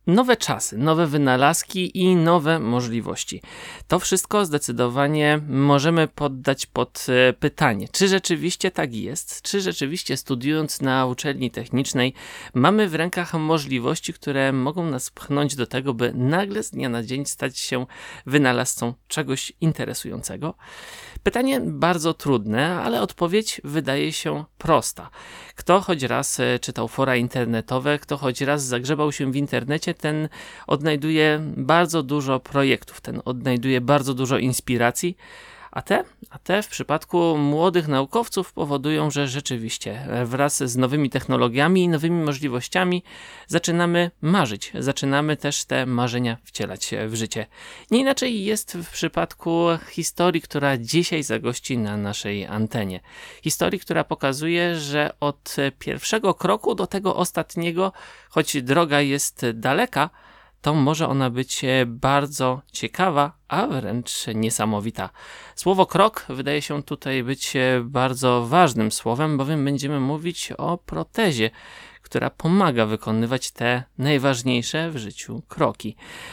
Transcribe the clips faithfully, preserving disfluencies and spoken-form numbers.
Nowe czasy, nowe wynalazki i nowe możliwości. To wszystko zdecydowanie możemy poddać pod pytanie, czy rzeczywiście tak jest, czy rzeczywiście studiując na uczelni technicznej mamy w rękach możliwości, które mogą nas pchnąć do tego, by nagle z dnia na dzień stać się wynalazcą czegoś interesującego. Pytanie bardzo trudne, ale odpowiedź wydaje się prosta. Kto choć raz czytał fora internetowe, kto choć raz zagrzebał się w internecie, ten odnajduje bardzo dużo projektów, ten odnajduje bardzo dużo inspiracji, a te, a te w przypadku młodych naukowców powodują, że rzeczywiście wraz z nowymi technologiami i nowymi możliwościami zaczynamy marzyć, zaczynamy też te marzenia wcielać w życie. Nie inaczej jest w przypadku historii, która dzisiaj zagości na naszej antenie. Historii, która pokazuje, że od pierwszego kroku do tego ostatniego, choć droga jest daleka, to może ona być bardzo ciekawa, a wręcz niesamowita. Słowo krok wydaje się tutaj być bardzo ważnym słowem, bowiem będziemy mówić o protezie, która pomaga wykonywać te najważniejsze w życiu kroki.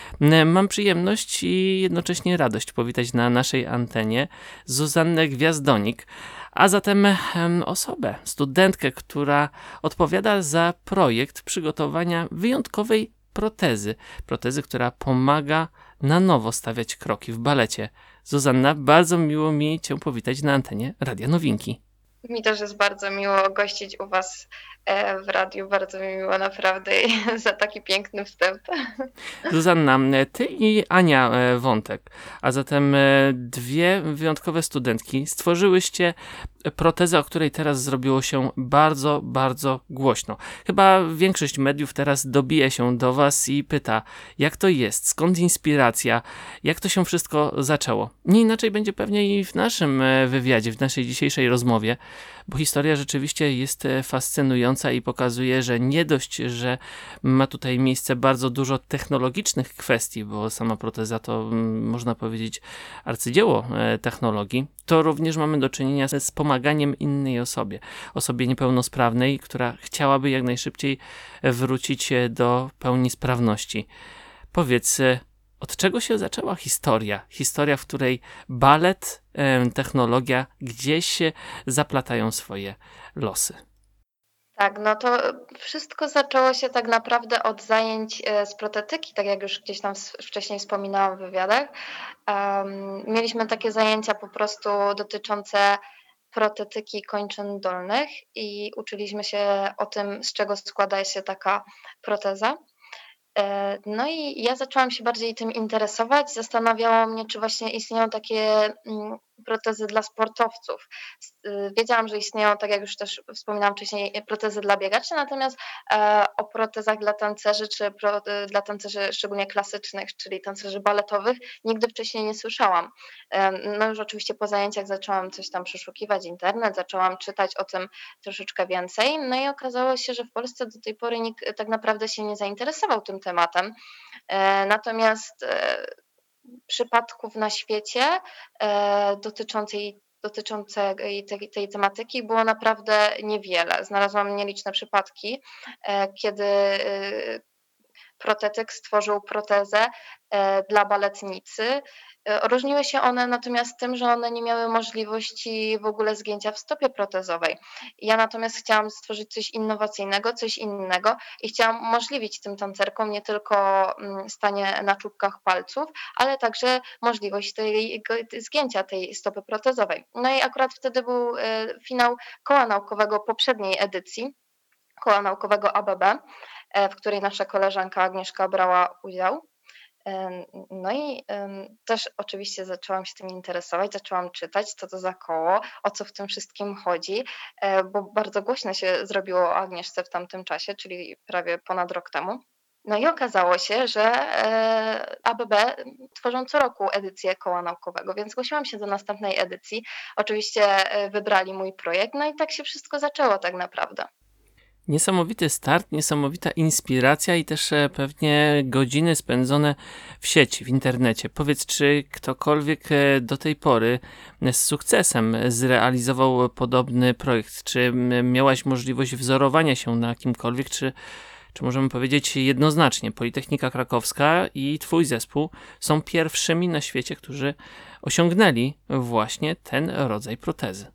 Mam przyjemność i jednocześnie radość powitać na naszej antenie Zuzannę Gwiazdonik, a zatem osobę, studentkę, która odpowiada za projekt przygotowania wyjątkowej protezy. Protezy, która pomaga na nowo stawiać kroki w balecie. Zuzanna, bardzo miło mi Cię powitać na antenie Radia Nowinki. Mi też jest bardzo miło gościć u Was w radiu. Bardzo mi miło naprawdę za taki piękny wstęp. Zuzanna, Ty i Ania Wątek, a zatem dwie wyjątkowe studentki, stworzyłyście protezę, o której teraz zrobiło się bardzo, bardzo głośno. Chyba większość mediów teraz dobija się do Was i pyta, jak to jest, skąd inspiracja, jak to się wszystko zaczęło. Nie inaczej będzie pewnie i w naszym wywiadzie, w naszej dzisiejszej rozmowie, bo historia rzeczywiście jest fascynująca i pokazuje, że nie dość, że ma tutaj miejsce bardzo dużo technologicznych kwestii, bo sama proteza to, można powiedzieć, arcydzieło technologii, to również mamy do czynienia z pomaganiem innej osobie, osobie niepełnosprawnej, która chciałaby jak najszybciej wrócić do pełni sprawności. Powiedz, od czego się zaczęła historia? Historia, w której balet, technologia gdzieś zaplatają swoje losy. Tak, no to wszystko zaczęło się tak naprawdę od zajęć z protetyki, tak jak już gdzieś tam wcześniej wspominałam w wywiadach. Um, mieliśmy takie zajęcia po prostu dotyczące protetyki kończyn dolnych i uczyliśmy się o tym, z czego składa się taka proteza. No i ja zaczęłam się bardziej tym interesować. Zastanawiało mnie, czy właśnie istnieją takie protezy dla sportowców. Wiedziałam, że istnieją, tak jak już też wspominałam wcześniej, protezy dla biegaczy, natomiast o protezach dla tancerzy, czy pro, dla tancerzy szczególnie klasycznych, czyli tancerzy baletowych, nigdy wcześniej nie słyszałam. No już oczywiście po zajęciach zaczęłam coś tam przeszukiwać, internet, zaczęłam czytać o tym troszeczkę więcej, no i okazało się, że w Polsce do tej pory nikt tak naprawdę się nie zainteresował tym tematem. Natomiast przypadków na świecie dotyczącej, dotyczącej tej, tej tematyki było naprawdę niewiele. Znalazłam nieliczne przypadki, kiedy protetyk stworzył protezę dla baletnicy. Różniły się one natomiast tym, że one nie miały możliwości w ogóle zgięcia w stopie protezowej. Ja natomiast chciałam stworzyć coś innowacyjnego, coś innego i chciałam umożliwić tym tancerkom nie tylko stanie na czubkach palców, ale także możliwość tej, zgięcia tej stopy protezowej. No i akurat wtedy był finał koła naukowego poprzedniej edycji, koła naukowego A B B, w której nasza koleżanka Agnieszka brała udział. No i też oczywiście zaczęłam się tym interesować, zaczęłam czytać, co to za koło, o co w tym wszystkim chodzi, bo bardzo głośno się zrobiło o Agnieszce w tamtym czasie, czyli prawie ponad rok temu. No i okazało się, że A B B tworzą co roku edycję koła naukowego, więc zgłosiłam się do następnej edycji. Oczywiście wybrali mój projekt, no i tak się wszystko zaczęło tak naprawdę. Niesamowity start, niesamowita inspiracja i też pewnie godziny spędzone w sieci, w internecie. Powiedz, czy ktokolwiek do tej pory z sukcesem zrealizował podobny projekt? Czy miałaś możliwość wzorowania się na kimkolwiek, czy, Czy możemy powiedzieć jednoznacznie, Politechnika Krakowska i twój zespół są pierwszymi na świecie, którzy osiągnęli właśnie ten rodzaj protezy?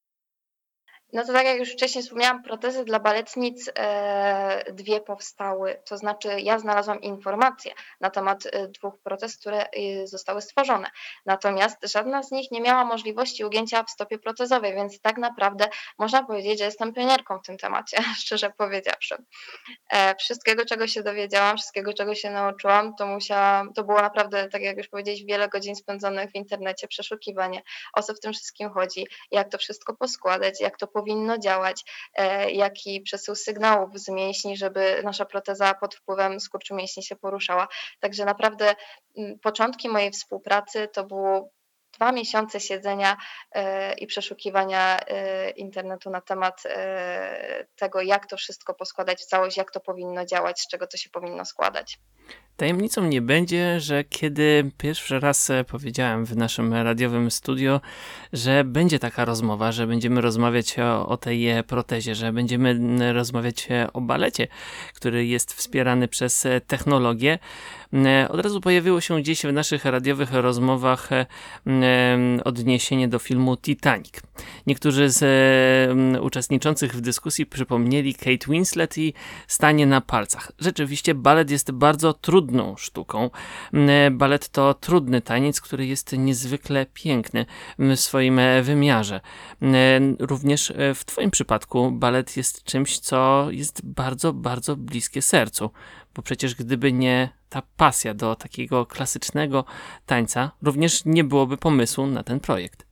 No to tak jak już wcześniej wspomniałam, protezy dla baletnic e, dwie powstały. To znaczy ja znalazłam informacje na temat e, dwóch protez, które e, zostały stworzone. Natomiast żadna z nich nie miała możliwości ugięcia w stopie protezowej, więc tak naprawdę można powiedzieć, że jestem pionierką w tym temacie, szczerze powiedziawszy. E, wszystkiego, czego się dowiedziałam, wszystkiego, czego się nauczyłam, to musiałam, to było naprawdę, tak jak już powiedzieć, wiele godzin spędzonych w internecie, przeszukiwanie, o co w tym wszystkim chodzi, jak to wszystko poskładać, jak to powinno działać, e, jaki przesył sygnałów z mięśni, żeby nasza proteza pod wpływem skurczu mięśni się poruszała. Także naprawdę m, początki mojej współpracy to było dwa miesiące siedzenia e, i przeszukiwania e, internetu na temat e, tego, jak to wszystko poskładać w całość, jak to powinno działać, z czego to się powinno składać. Tajemnicą nie będzie, że kiedy pierwszy raz e, powiedziałem w naszym radiowym studio, że będzie taka rozmowa, że będziemy rozmawiać o, o tej e, protezie, że będziemy m, rozmawiać e, o balecie, który jest wspierany przez e, technologię, m, e, od razu pojawiło się gdzieś w naszych radiowych rozmowach e, m, e, odniesienie do filmu Titanic. Niektórzy z e, m, uczestniczących w dyskusji przypomnieli Kate Winslet i stanie na palcach. Rzeczywiście balet jest bardzo trudną sztuką. M, Balet to trudny taniec, który jest niezwykle piękny w swoim e, wymiarze. M, Również e, w twoim przypadku balet jest czymś, co jest bardzo, bardzo bliskie sercu, bo przecież gdyby nie ta pasja do takiego klasycznego tańca, również nie byłoby pomysłu na ten projekt.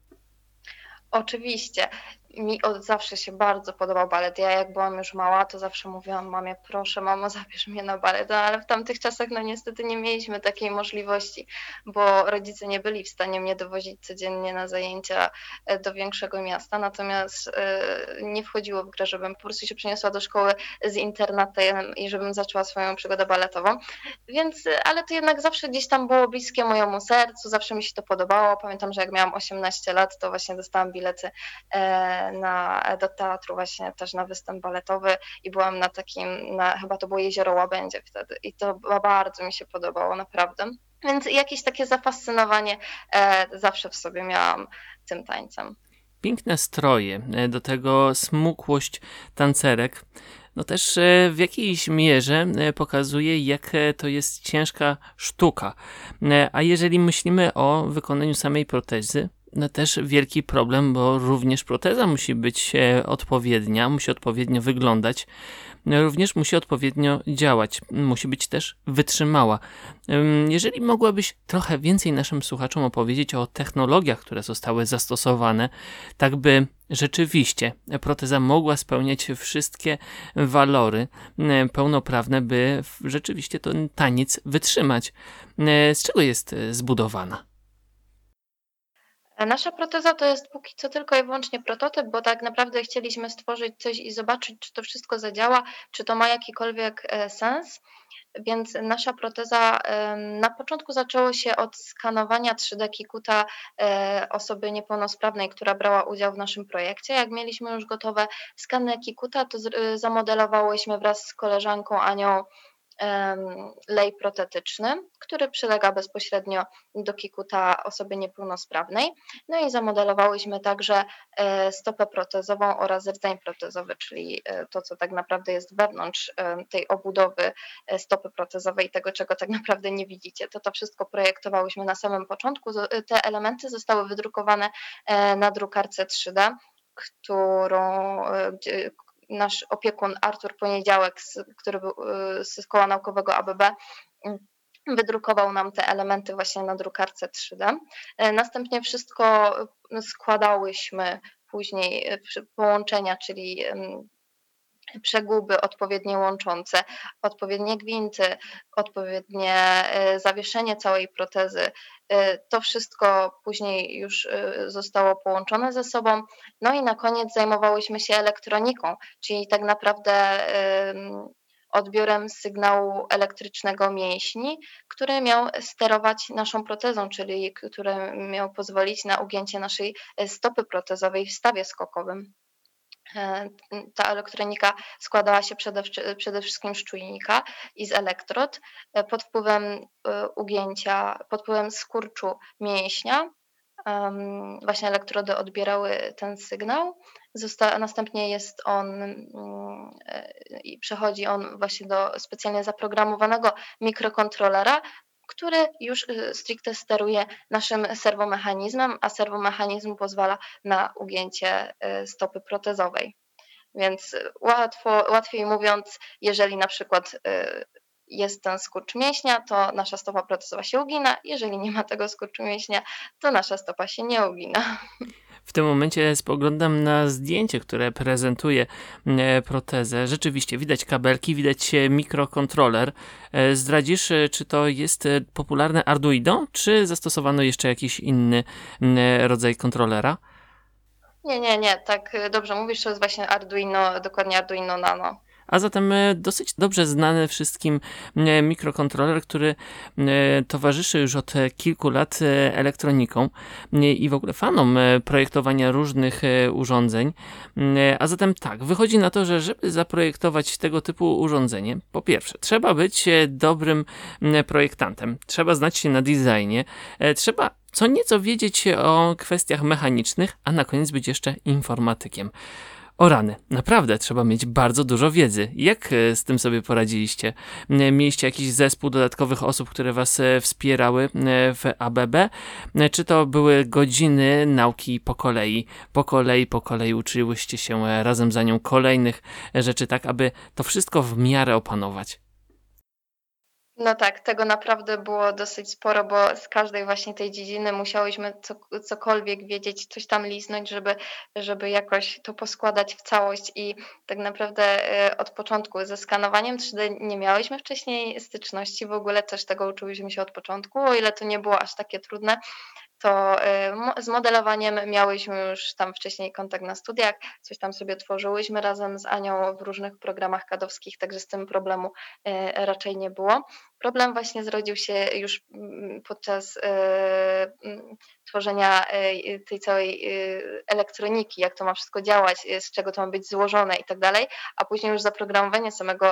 Oczywiście. Mi od zawsze się bardzo podobał balet. Ja jak byłam już mała, to zawsze mówiłam mamie, proszę mamo, zabierz mnie na balet, no, ale w tamtych czasach no niestety nie mieliśmy takiej możliwości, bo rodzice nie byli w stanie mnie dowozić codziennie na zajęcia e, do większego miasta, natomiast e, nie wchodziło w grę, żebym po prostu się przeniosła do szkoły z internatem i żebym zaczęła swoją przygodę baletową, więc, e, ale to jednak zawsze gdzieś tam było bliskie mojemu sercu, zawsze mi się to podobało. Pamiętam, że jak miałam osiemnaście lat, to właśnie dostałam bilety e, na, do teatru właśnie też na występ baletowy i byłam na takim, na, chyba to było Jezioro Łabędzie wtedy i to bardzo mi się podobało, naprawdę. Więc jakieś takie zafascynowanie e, zawsze w sobie miałam tym tańcem. Piękne stroje, e, do tego smukłość tancerek, no też e, w jakiejś mierze e, pokazuje, jak e, to jest ciężka sztuka. E, A jeżeli myślimy o wykonaniu samej protezy, no też wielki problem, bo również proteza musi być e, odpowiednia, musi odpowiednio wyglądać, no również musi odpowiednio działać, musi być też wytrzymała. Ym, Jeżeli mogłabyś trochę więcej naszym słuchaczom opowiedzieć o technologiach, które zostały zastosowane, tak by rzeczywiście proteza mogła spełniać wszystkie walory e, pełnoprawne, by w- rzeczywiście ten taniec wytrzymać. E, Z czego jest e, zbudowana? Nasza proteza to jest póki co tylko i wyłącznie prototyp, bo tak naprawdę chcieliśmy stworzyć coś i zobaczyć, czy to wszystko zadziała, czy to ma jakikolwiek e, sens. Więc nasza proteza em, na początku zaczęło się od skanowania trzy D Kikuta e, osoby niepełnosprawnej, która brała udział w naszym projekcie. Jak mieliśmy już gotowe skany Kikuta, to z- y, zamodelowałyśmy wraz z koleżanką Anią em, lej protetyczny, który przylega bezpośrednio do kikuta osoby niepełnosprawnej. No i zamodelowałyśmy także e, stopę protezową oraz rdzeń protezowy, czyli e, to, co tak naprawdę jest wewnątrz e, tej obudowy e, stopy protezowej, tego, czego tak naprawdę nie widzicie. To to wszystko projektowałyśmy na samym początku. Zo- Te elementy zostały wydrukowane e, na drukarce trzy D, którą, e, gdzie- nasz opiekun Artur Poniedziałek, z, który był y, z Koła Naukowego A B B, y, wydrukował nam te elementy właśnie na drukarce trzy D. E, Następnie wszystko y, składałyśmy później y, przy- połączenia, czyli ym, przeguby odpowiednie łączące, odpowiednie gwinty, odpowiednie e, zawieszenie całej protezy. E, To wszystko później już e, zostało połączone ze sobą. No i na koniec zajmowałyśmy się elektroniką, czyli tak naprawdę em, odbiorem sygnału elektrycznego mięśni, który miał sterować naszą protezą, czyli który miał pozwolić na ugięcie naszej e, stopy protezowej w stawie skokowym. E, ta elektronika składała się przede wszy przede wszystkim z czujnika i z elektrod. E, pod wpływem, e, ugięcia, pod wpływem skurczu mięśnia, em, właśnie elektrody odbierały ten sygnał. Zosta Następnie jest on, mm, e, i przechodzi on właśnie do specjalnie zaprogramowanego mikrokontrolera, który już, y, stricte steruje naszym serwomechanizmem, a serwomechanizm pozwala na ugięcie, y, stopy protezowej. Więc łatwo łatwiej mówiąc, jeżeli na przykład, y, jest ten skurcz mięśnia, to nasza stopa protezowa się ugina, jeżeli nie ma tego skurczu mięśnia, to nasza stopa się nie ugina. W tym momencie spoglądam na zdjęcie, które prezentuje e, protezę. Rzeczywiście widać kabelki, widać e, mikrokontroler. E, Zdradzisz, e, czy to jest e, popularne Arduino, czy zastosowano jeszcze jakiś inny m, e, rodzaj kontrolera? Nie, nie, nie, tak, y, dobrze mówisz, to jest właśnie Arduino, dokładnie Arduino Nano. A zatem e, dosyć dobrze znany wszystkim e, mikrokontroler, który e, towarzyszy już od e, kilku lat e, elektroniką e, i w ogóle fanom e, projektowania różnych e, urządzeń. E, A zatem tak, wychodzi na to, że żeby zaprojektować tego typu urządzenie, po pierwsze, trzeba być e, dobrym m, projektantem, trzeba znać się na designie, e, trzeba co nieco wiedzieć o kwestiach mechanicznych, a na koniec być jeszcze informatykiem. O rany, naprawdę trzeba mieć bardzo dużo wiedzy. Jak e, z tym sobie poradziliście? E, Mieliście jakiś zespół dodatkowych osób, które was e, wspierały e, w A B B? E, Czy to były godziny nauki po kolei? Po kolei, po kolei uczyłyście się e, razem za nią kolejnych e, rzeczy, tak aby to wszystko w miarę opanować? No tak, tego naprawdę było dosyć sporo, bo z każdej właśnie tej dziedziny musiałyśmy co cokolwiek wiedzieć, coś tam liznąć, żeby żeby jakoś to poskładać w całość i tak naprawdę, e, od początku ze skanowaniem trzy D nie miałyśmy wcześniej styczności, w ogóle też tego uczyłyśmy się od początku, o ile to nie było aż takie trudne, to y, mo z modelowaniem miałyśmy już tam wcześniej kontakt na studiach, coś tam sobie tworzyłyśmy razem z Anią w różnych programach kadowskich, także z tym problemu, y, raczej nie było. Problem właśnie zrodził się już, mm, podczas, y, mm, tworzenia, y, tej całej, y, elektroniki, jak to ma wszystko działać, y, z czego to ma być złożone i tak dalej, a później już zaprogramowanie samego,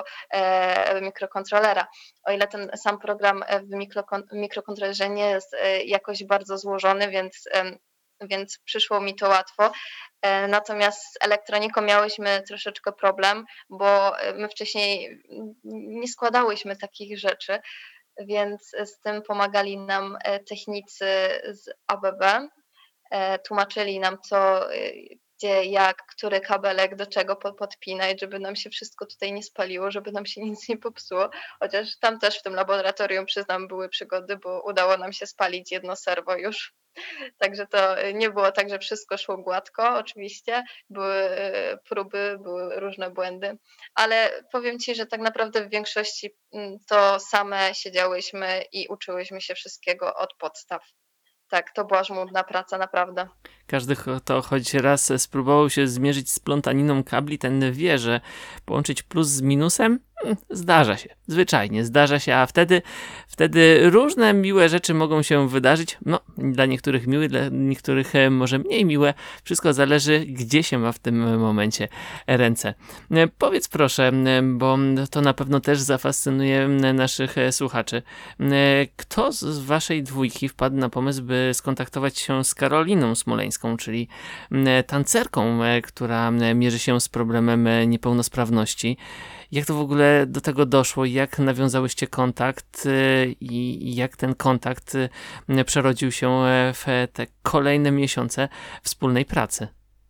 e, mikrokontrolera. O ile ten sam program, e, w mikrokon mikrokontrolerze nie jest, e, jakoś bardzo złożony, więc, em, więc przyszło mi to łatwo. E, natomiast z elektroniką miałyśmy troszeczkę problem, bo, e, my wcześniej n nie składałyśmy takich rzeczy, więc z tym pomagali nam, e, technicy z A B B. E, tłumaczyli nam co, y, gdzie, jak, który kabelek do czego po podpinać, żeby nam się wszystko tutaj nie spaliło, żeby nam się nic nie popsuło. Chociaż tam też w tym laboratorium, przyznam, były przygody, bo udało nam się spalić jedno serwo już. Także to, y, nie było tak, że wszystko szło gładko oczywiście. Były, y, próby, były różne błędy, ale powiem Ci, że tak naprawdę w większości, mm, to same siedziałyśmy i uczyłyśmy się wszystkiego od podstaw. Tak, to była żmudna praca, naprawdę. Każdy, kto choć raz spróbował się zmierzyć z plątaniną kabli, ten wie, że połączyć plus z minusem mm, zdarza się, zwyczajnie zdarza się, a wtedy, wtedy różne miłe rzeczy mogą się wydarzyć. No, dla niektórych miłe, dla niektórych e, może mniej miłe. Wszystko zależy, gdzie się ma w tym momencie ręce. E, Powiedz proszę, e, bo to na pewno też zafascynuje m, naszych e, słuchaczy. E, Kto z waszej dwójki wpadł na pomysł, by skontaktować się z Karoliną Smoleńską, czyli m, tancerką, e, która m, mierzy się z problemem e, niepełnosprawności? Jak to w ogóle do tego doszło? Jak nawiązałyście kontakt e, i jak ten kontakt e, przerodził się e, w te kolejne miesiące wspólnej pracy?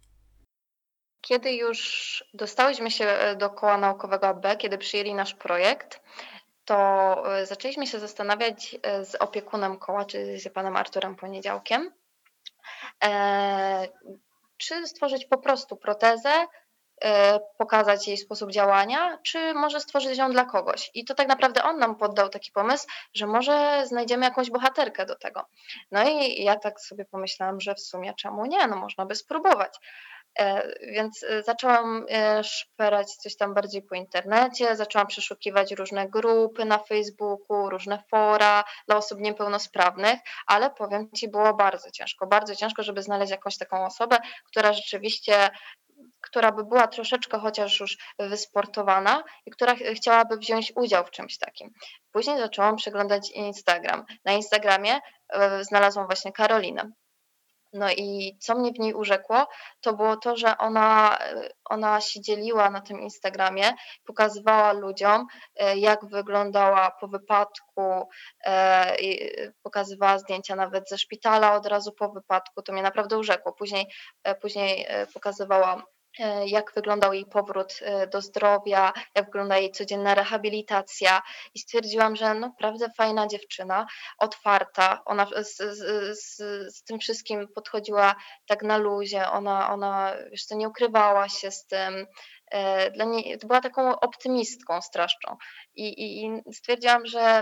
Kiedy już dostałyśmy się, e, do koła naukowego A B, kiedy przyjęli nasz projekt, to, e, zaczęliśmy się zastanawiać, e, z opiekunem koła, czyli z panem Arturem Poniedziałkiem, eee, czy stworzyć po prostu protezę, e, pokazać jej sposób działania, czy może stworzyć ją dla kogoś. I to tak naprawdę on nam poddał taki pomysł, że może znajdziemy jakąś bohaterkę do tego. No i ja tak sobie pomyślałam, że w sumie czemu nie, no można by spróbować. E, więc, e, zaczęłam, e, szperać coś tam bardziej po internecie, zaczęłam przeszukiwać różne grupy na Facebooku, różne fora dla osób niepełnosprawnych, ale powiem Ci, było bardzo ciężko, bardzo ciężko, żeby znaleźć jakąś taką osobę, która rzeczywiście która by była troszeczkę chociaż już wysportowana i która ch chciałaby wziąć udział w czymś takim. Później zaczęłam przeglądać Instagram. Na Instagramie, yy, znalazłam właśnie Karolinę. No i co mnie w niej urzekło, to było to, że ona, yy, ona się dzieliła na tym Instagramie, pokazywała ludziom, yy, jak wyglądała po wypadku, yy, i pokazywała zdjęcia nawet ze szpitala od razu po wypadku. To mnie naprawdę urzekło. Później, yy, później, yy, pokazywała, yy, jak wyglądał jej powrót, yy, do zdrowia, jak wygląda jej codzienna rehabilitacja i stwierdziłam, że naprawdę fajna dziewczyna, otwarta. Ona z z z z tym wszystkim podchodziła tak na luzie. Ona ona wiesz co, nie ukrywała się z tym. Yy, dla niej była taką optymistką straszną i i i stwierdziłam, że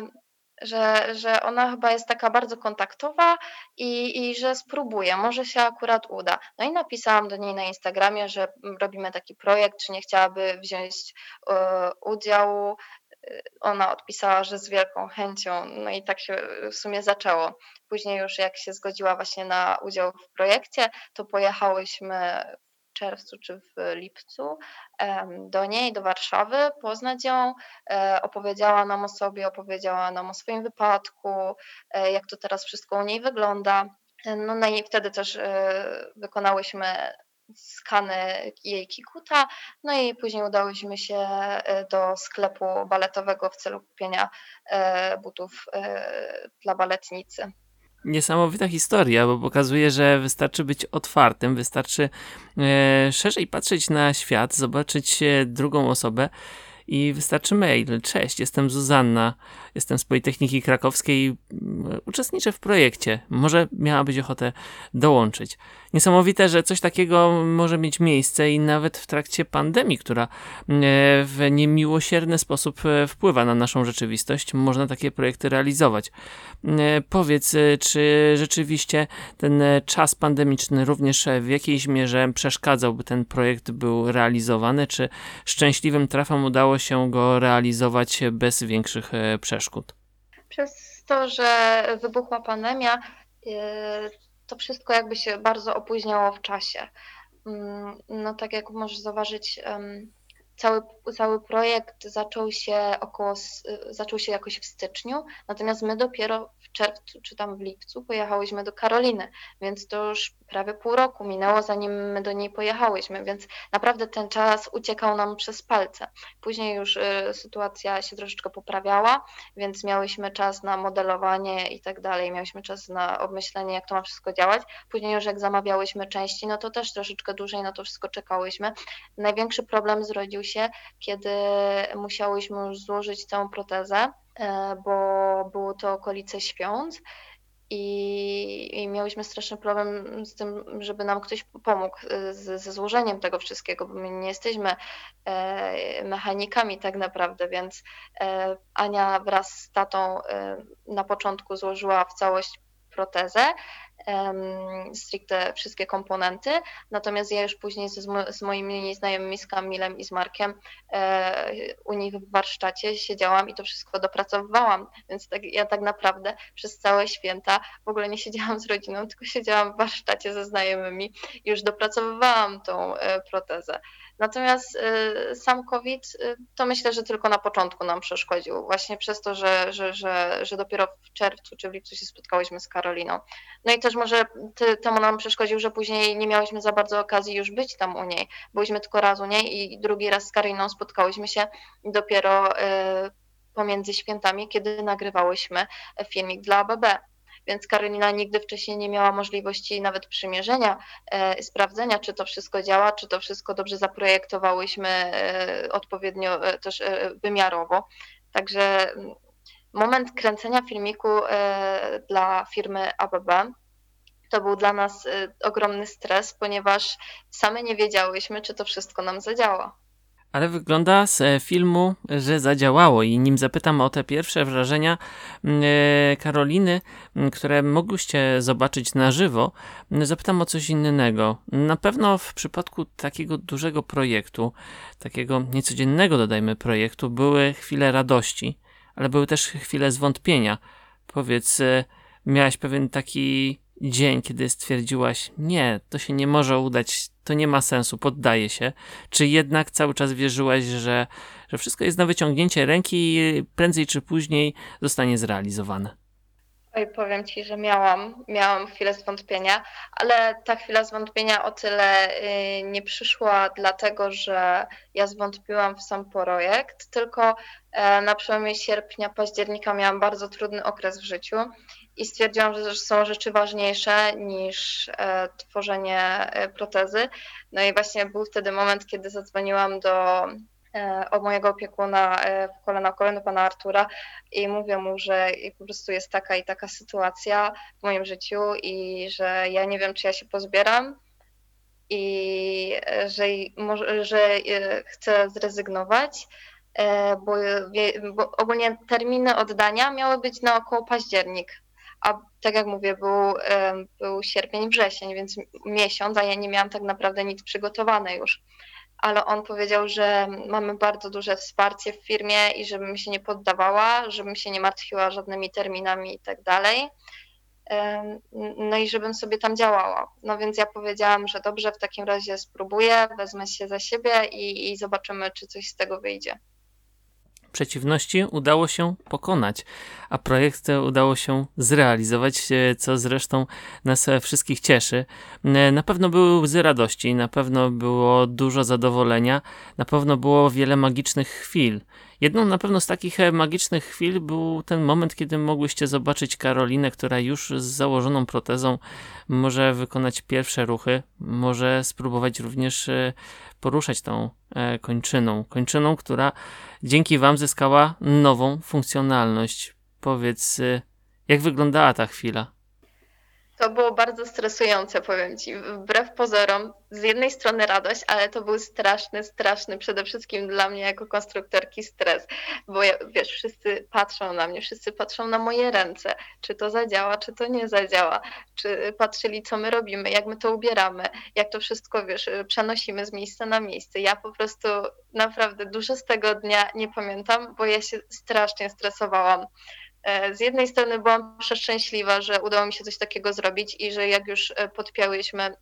że że ona chyba jest taka bardzo kontaktowa i i że spróbuję, może się akurat uda. No i napisałam do niej na Instagramie, że, mm, robimy taki projekt, czy nie chciałaby wziąć, yy, udziału. Yy, ona odpisała, że z wielką chęcią, no i tak się, yy, w sumie zaczęło. Później już jak się zgodziła właśnie na udział w projekcie, to pojechałyśmy w czerwcu czy w lipcu, em, do niej, do Warszawy, poznać ją. Yy, opowiedziała nam o sobie, opowiedziała nam o swoim wypadku, yy, jak to teraz wszystko u niej wygląda. Yy, no no i wtedy też, yy, wykonałyśmy skany jej kikuta, no i później udałyśmy się, yy, do sklepu baletowego w celu kupienia, yy, butów, yy, dla baletnicy. Niesamowita historia, bo pokazuje, że wystarczy być otwartym, wystarczy e, szerzej patrzeć na świat, zobaczyć e, drugą osobę i wystarczy mail. Cześć, jestem Zuzanna, jestem z Politechniki Krakowskiej, mm, uczestniczę w projekcie. Może miałabyś ochotę dołączyć. Niesamowite, że coś takiego może mieć miejsce i nawet w trakcie pandemii, która e, w niemiłosierny sposób e, wpływa na naszą rzeczywistość, można takie projekty realizować. E, Powiedz, e, czy rzeczywiście ten e, czas pandemiczny również e, w jakiejś mierze przeszkadzał, by ten projekt był realizowany, czy szczęśliwym trafem udało się go realizować bez większych e, przeszkód? Przez to, że wybuchła pandemia, yy, to wszystko jakby się bardzo opóźniało w czasie. Mm, no tak jak możesz zauważyć, em, cały cały projekt zaczął się około s y, zaczął się jakoś w styczniu, natomiast my dopiero w czerwcu czy tam w lipcu pojechałyśmy do Karoliny, więc to już prawie pół roku minęło, zanim my do niej pojechałyśmy, więc naprawdę ten czas uciekał nam przez palce. Później już, y, sytuacja się troszeczkę poprawiała, więc miałyśmy czas na modelowanie i tak dalej, miałyśmy czas na obmyślenie, jak to ma wszystko działać. Później już jak zamawiałyśmy części, no to też troszeczkę dłużej na to wszystko czekałyśmy. Największy problem zrodził się, kiedy musiałyśmy już złożyć całą protezę, e, bo było to okolice świąt i i miałyśmy straszny problem z tym, żeby nam ktoś pomógł, y, z ze złożeniem tego wszystkiego, bo my nie jesteśmy, e, mechanikami tak naprawdę, więc, e, Ania wraz z tatą, e, na początku złożyła w całość protezę, em, stricte wszystkie komponenty, natomiast ja już później ze z mo z moimi znajomymi, z Kamilem i z Markiem, e, u nich w warsztacie siedziałam i to wszystko dopracowywałam, więc tak ja tak naprawdę przez całe święta w ogóle nie siedziałam z rodziną, tylko siedziałam w warsztacie ze znajomymi i już dopracowywałam tą, e, protezę. Natomiast, y, sam COVID, y, to myślę, że tylko na początku nam przeszkodził, właśnie przez to, że że że że dopiero w czerwcu czy w lipcu się spotkałyśmy z Karoliną. No i też może ty temu nam przeszkodził, że później nie miałyśmy za bardzo okazji już być tam u niej. Byłyśmy tylko raz u niej i drugi raz z Karoliną spotkałyśmy się dopiero, y, pomiędzy świętami, kiedy nagrywałyśmy filmik dla A B B. Więc Karolina nigdy wcześniej nie miała możliwości nawet przymierzenia, e, sprawdzenia, czy to wszystko działa, czy to wszystko dobrze zaprojektowałyśmy, e, odpowiednio, e, też, e, wymiarowo. Także, mm, moment kręcenia filmiku, e, dla firmy A B B to był dla nas, y, ogromny stres, ponieważ same nie wiedziałyśmy, czy to wszystko nam zadziała. Ale wygląda z e, filmu, że zadziałało i nim zapytam o te pierwsze wrażenia mm, e, Karoliny, m, które mogłyście zobaczyć na żywo, m, zapytam o coś innego. Na pewno w przypadku takiego dużego projektu, takiego niecodziennego dodajmy projektu, były chwile radości, ale były też chwile zwątpienia. Powiedz, e, miałaś pewien taki dzień, kiedy stwierdziłaś, nie, to się nie może udać, to nie ma sensu, poddaję się? Czy jednak cały czas wierzyłaś, że, że wszystko jest na wyciągnięcie ręki i prędzej czy później zostanie zrealizowane? Oj, powiem ci, że miałam, miałam chwilę zwątpienia, ale ta chwila zwątpienia o tyle y, nie przyszła dlatego, że ja zwątpiłam w sam projekt, tylko e, na przełomie sierpnia, października miałam bardzo trudny okres w życiu i stwierdziłam, że są rzeczy ważniejsze niż e, tworzenie e, protezy. No i właśnie był wtedy moment, kiedy zadzwoniłam do e, od mojego opiekuna e, w kole naukowym, do pana Artura, i mówię mu, że po prostu jest taka i taka sytuacja w moim życiu i że ja nie wiem, czy ja się pozbieram i e, że, może, że e, chcę zrezygnować, e, bo, bo ogólnie terminy oddania miały być na około październik, a tak jak mówię, był, e, był sierpień, wrzesień, więc miesiąc, a ja nie miałam tak naprawdę nic przygotowane już. Ale on powiedział, że mamy bardzo duże wsparcie w firmie i żebym się nie poddawała, żebym się nie martwiła żadnymi terminami i tak dalej. No i żebym sobie tam działała. No więc ja powiedziałam, że dobrze, w takim razie spróbuję, wezmę się za siebie i, i zobaczymy, czy coś z tego wyjdzie. Przeciwności udało się pokonać, a projekt udało się zrealizować, co zresztą nas wszystkich cieszy. Na pewno były łzy radości, na pewno było dużo zadowolenia, na pewno było wiele magicznych chwil. Jedną na pewno z takich magicznych chwil był ten moment, kiedy mogłyście zobaczyć Karolinę, która już z założoną protezą może wykonać pierwsze ruchy, może spróbować również poruszać tą kończyną. Kończyną, która dzięki wam zyskała nową funkcjonalność. Powiedz, jak wyglądała ta chwila? To było bardzo stresujące, powiem ci. Wbrew pozorom, z jednej strony radość, ale to był straszny, straszny, przede wszystkim dla mnie jako konstruktorki stres, bo ja, wiesz, wszyscy patrzą na mnie, wszyscy patrzą na moje ręce, czy to zadziała, czy to nie zadziała, czy patrzyli, co my robimy, jak my to ubieramy, jak to wszystko, wiesz, przenosimy z miejsca na miejsce. Ja po prostu naprawdę dużo z tego dnia nie pamiętam, bo ja się strasznie stresowałam. Z jednej strony byłam przeszczęśliwa, że udało mi się coś takiego zrobić i że jak już podpięłyśmy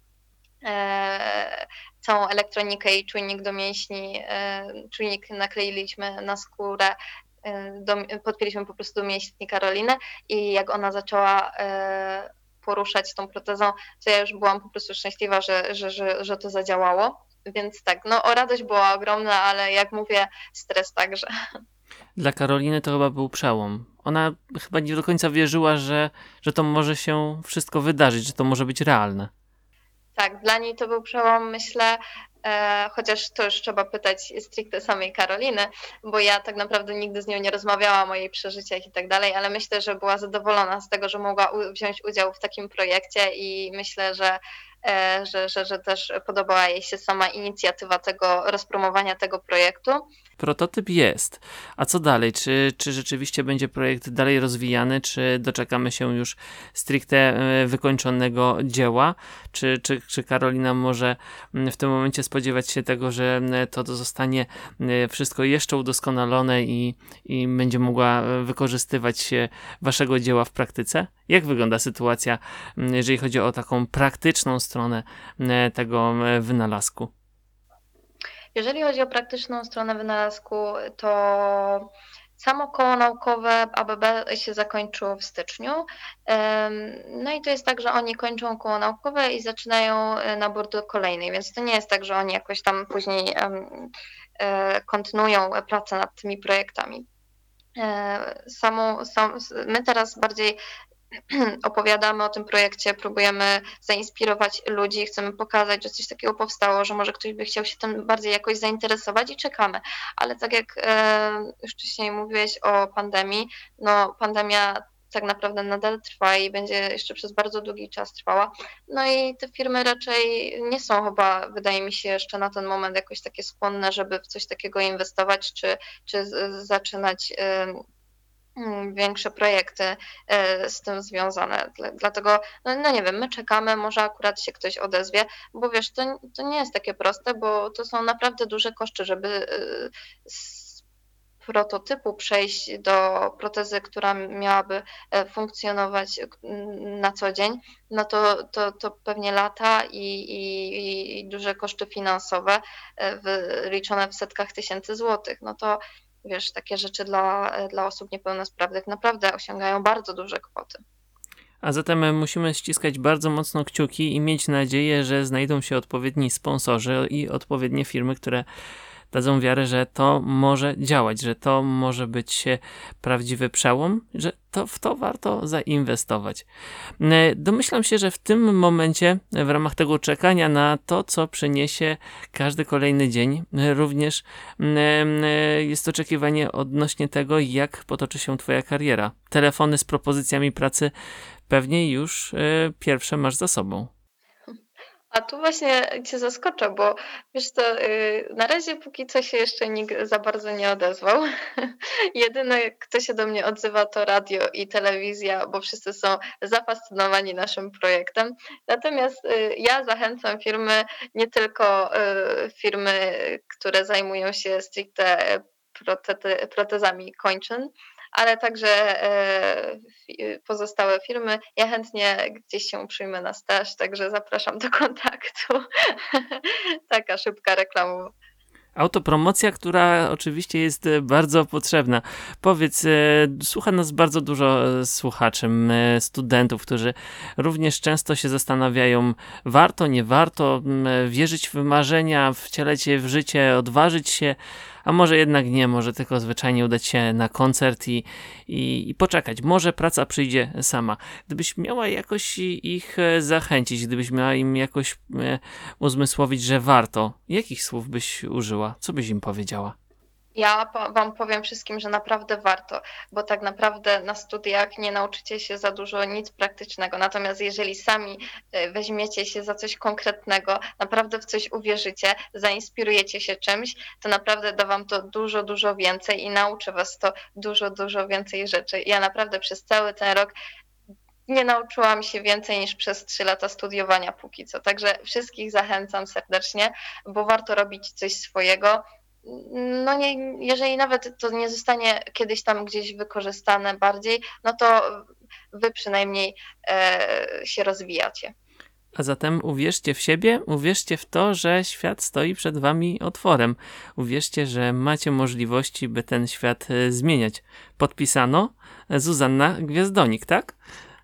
całą elektronikę i czujnik do mięśni, czujnik nakleiliśmy na skórę, do, podpięliśmy po prostu do mięśni Karoliny i jak ona zaczęła poruszać tą protezą, to ja już byłam po prostu szczęśliwa, że, że, że, że to zadziałało. Więc tak, no o radość była ogromna, ale jak mówię, stres także. Dla Karoliny to chyba był przełom. Ona chyba nie do końca wierzyła, że, że to może się wszystko wydarzyć, że to może być realne. Tak, dla niej to był przełom, myślę, e, chociaż to już trzeba pytać stricte samej Karoliny, bo ja tak naprawdę nigdy z nią nie rozmawiałam o jej przeżyciach i tak dalej, ale myślę, że była zadowolona z tego, że mogła u- wziąć udział w takim projekcie i myślę, że e, że, że, że też podobała jej się sama inicjatywa tego rozpromowania tego projektu. Prototyp jest. A co dalej? Czy, czy rzeczywiście będzie projekt dalej rozwijany? Czy doczekamy się już stricte e, wykończonego dzieła? Czy, czy, czy Karolina może w tym momencie spodziewać się tego, że to, to zostanie e, wszystko jeszcze udoskonalone i, i będzie mogła wykorzystywać się waszego dzieła w praktyce? Jak wygląda sytuacja, jeżeli chodzi o taką praktyczną stronę e, tego e, wynalazku? Jeżeli chodzi o praktyczną stronę wynalazku, to samo koło naukowe A B B się zakończyło w styczniu. No i to jest tak, że oni kończą koło naukowe i zaczynają nabór do kolejnej, więc to nie jest tak, że oni jakoś tam później kontynuują pracę nad tymi projektami. Samą, sam, my teraz bardziej opowiadamy o tym projekcie, próbujemy zainspirować ludzi, chcemy pokazać, że coś takiego powstało, że może ktoś by chciał się tym bardziej jakoś zainteresować i czekamy. Ale tak jak już wcześniej mówiłeś o pandemii, no pandemia tak naprawdę nadal trwa i będzie jeszcze przez bardzo długi czas trwała. No i te firmy raczej nie są chyba, wydaje mi się, jeszcze na ten moment jakoś takie skłonne, żeby w coś takiego inwestować, czy, czy zaczynać większe projekty z tym związane. Dlatego, no, no nie wiem, my czekamy, może akurat się ktoś odezwie, bo wiesz, to, to nie jest takie proste, bo to są naprawdę duże koszty, żeby prototypu przejść do protezy, która miałaby funkcjonować na co dzień, no to, to, to pewnie lata i, i, i duże koszty finansowe liczone w setkach tysięcy złotych. No to wiesz, takie rzeczy dla, dla osób niepełnosprawnych naprawdę osiągają bardzo duże kwoty. A zatem musimy ściskać bardzo mocno kciuki i mieć nadzieję, że znajdą się odpowiedni sponsorzy i odpowiednie firmy, które dadzą wiarę, że to może działać, że to może być prawdziwy przełom, że to w to warto zainwestować. Domyślam się, że w tym momencie, w ramach tego czekania na to, co przyniesie każdy kolejny dzień, również jest oczekiwanie odnośnie tego, jak potoczy się twoja kariera. Telefony z propozycjami pracy pewnie już pierwsze masz za sobą. A tu właśnie cię zaskoczę, bo wiesz co, na razie póki co się jeszcze nikt za bardzo nie odezwał. Jedyne, kto się do mnie odzywa, to radio i telewizja, bo wszyscy są zafascynowani naszym projektem. Natomiast ja zachęcam firmy, nie tylko firmy, które zajmują się stricte protety, protezami kończyn, ale także pozostałe firmy. Ja chętnie gdzieś się przyjmę na staż, także zapraszam do kontaktu. Taka szybka reklama. Autopromocja, która oczywiście jest bardzo potrzebna. Powiedz, słucha nas bardzo dużo słuchaczy, studentów, którzy również często się zastanawiają, warto, nie warto wierzyć w marzenia, wcielać je w życie, odważyć się, a może jednak nie, może tylko zwyczajnie udać się na koncert i, i, i poczekać. Może praca przyjdzie sama. Gdybyś miała jakoś ich zachęcić, gdybyś miała im jakoś e, uzmysłowić, że warto, jakich słów byś użyła? Co byś im powiedziała? Ja wam powiem wszystkim, że naprawdę warto, bo tak naprawdę na studiach nie nauczycie się za dużo nic praktycznego, natomiast jeżeli sami weźmiecie się za coś konkretnego, naprawdę w coś uwierzycie, zainspirujecie się czymś, to naprawdę da wam to dużo, dużo więcej i nauczy was to dużo, dużo więcej rzeczy. Ja naprawdę przez cały ten rok nie nauczyłam się więcej niż przez trzy lata studiowania póki co, także wszystkich zachęcam serdecznie, bo warto robić coś swojego. No nie, jeżeli nawet to nie zostanie kiedyś tam gdzieś wykorzystane bardziej, no to wy przynajmniej e, się rozwijacie. A zatem uwierzcie w siebie, uwierzcie w to, że świat stoi przed wami otworem. Uwierzcie, że macie możliwości, by ten świat zmieniać. Podpisano Zuzanna Gwiazdonik, tak?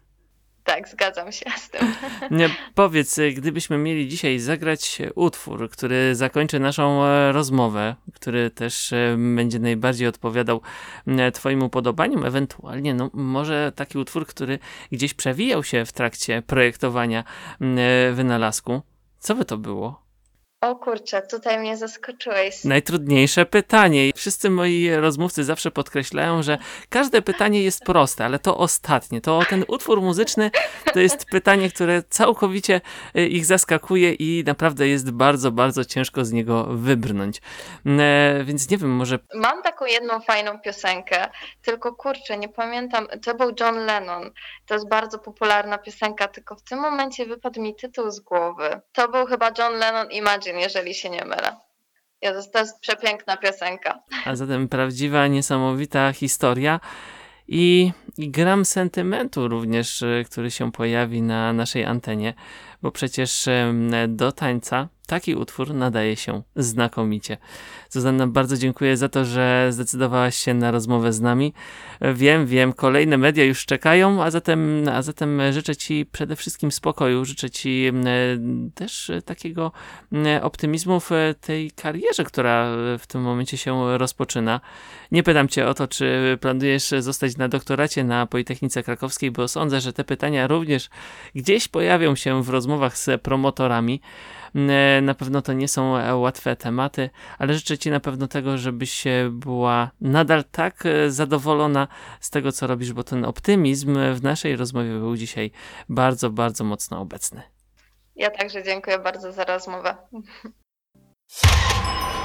Tak, zgadzam się z tym. Powiedz, gdybyśmy mieli dzisiaj zagrać utwór, który zakończy naszą rozmowę, który też będzie najbardziej odpowiadał twoim upodobaniom, ewentualnie no, może taki utwór, który gdzieś przewijał się w trakcie projektowania wynalazku, co by to było? O kurczę, tutaj mnie zaskoczyłeś. Najtrudniejsze pytanie. Wszyscy moi rozmówcy zawsze podkreślają, że każde pytanie jest proste, ale to ostatnie, to ten utwór muzyczny to jest pytanie, które całkowicie ich zaskakuje i naprawdę jest bardzo, bardzo ciężko z niego wybrnąć. E, więc nie wiem, może... Mam taką jedną fajną piosenkę, tylko kurczę, nie pamiętam, to był John Lennon. To jest bardzo popularna piosenka, tylko w tym momencie wypadł mi tytuł z głowy. To był chyba John Lennon Imagine, jeżeli się nie mylę. To jest przepiękna piosenka. A zatem prawdziwa, niesamowita historia i, i gram sentymentu również, który się pojawi na naszej antenie, bo przecież do tańca taki utwór nadaje się znakomicie. Zuzanna, bardzo dziękuję za to, że zdecydowałaś się na rozmowę z nami. Wiem, wiem, kolejne media już czekają, a zatem, a zatem życzę ci przede wszystkim spokoju, życzę ci też takiego optymizmu w tej karierze, która w tym momencie się rozpoczyna. Nie pytam cię o to, czy planujesz zostać na doktoracie na Politechnice Krakowskiej, bo sądzę, że te pytania również gdzieś pojawią się w rozmowach z promotorami. Na pewno to nie są łatwe tematy, ale życzę ci na pewno tego, żebyś była nadal tak zadowolona z tego, co robisz, bo ten optymizm w naszej rozmowie był dzisiaj bardzo, bardzo mocno obecny. Ja także dziękuję bardzo za rozmowę.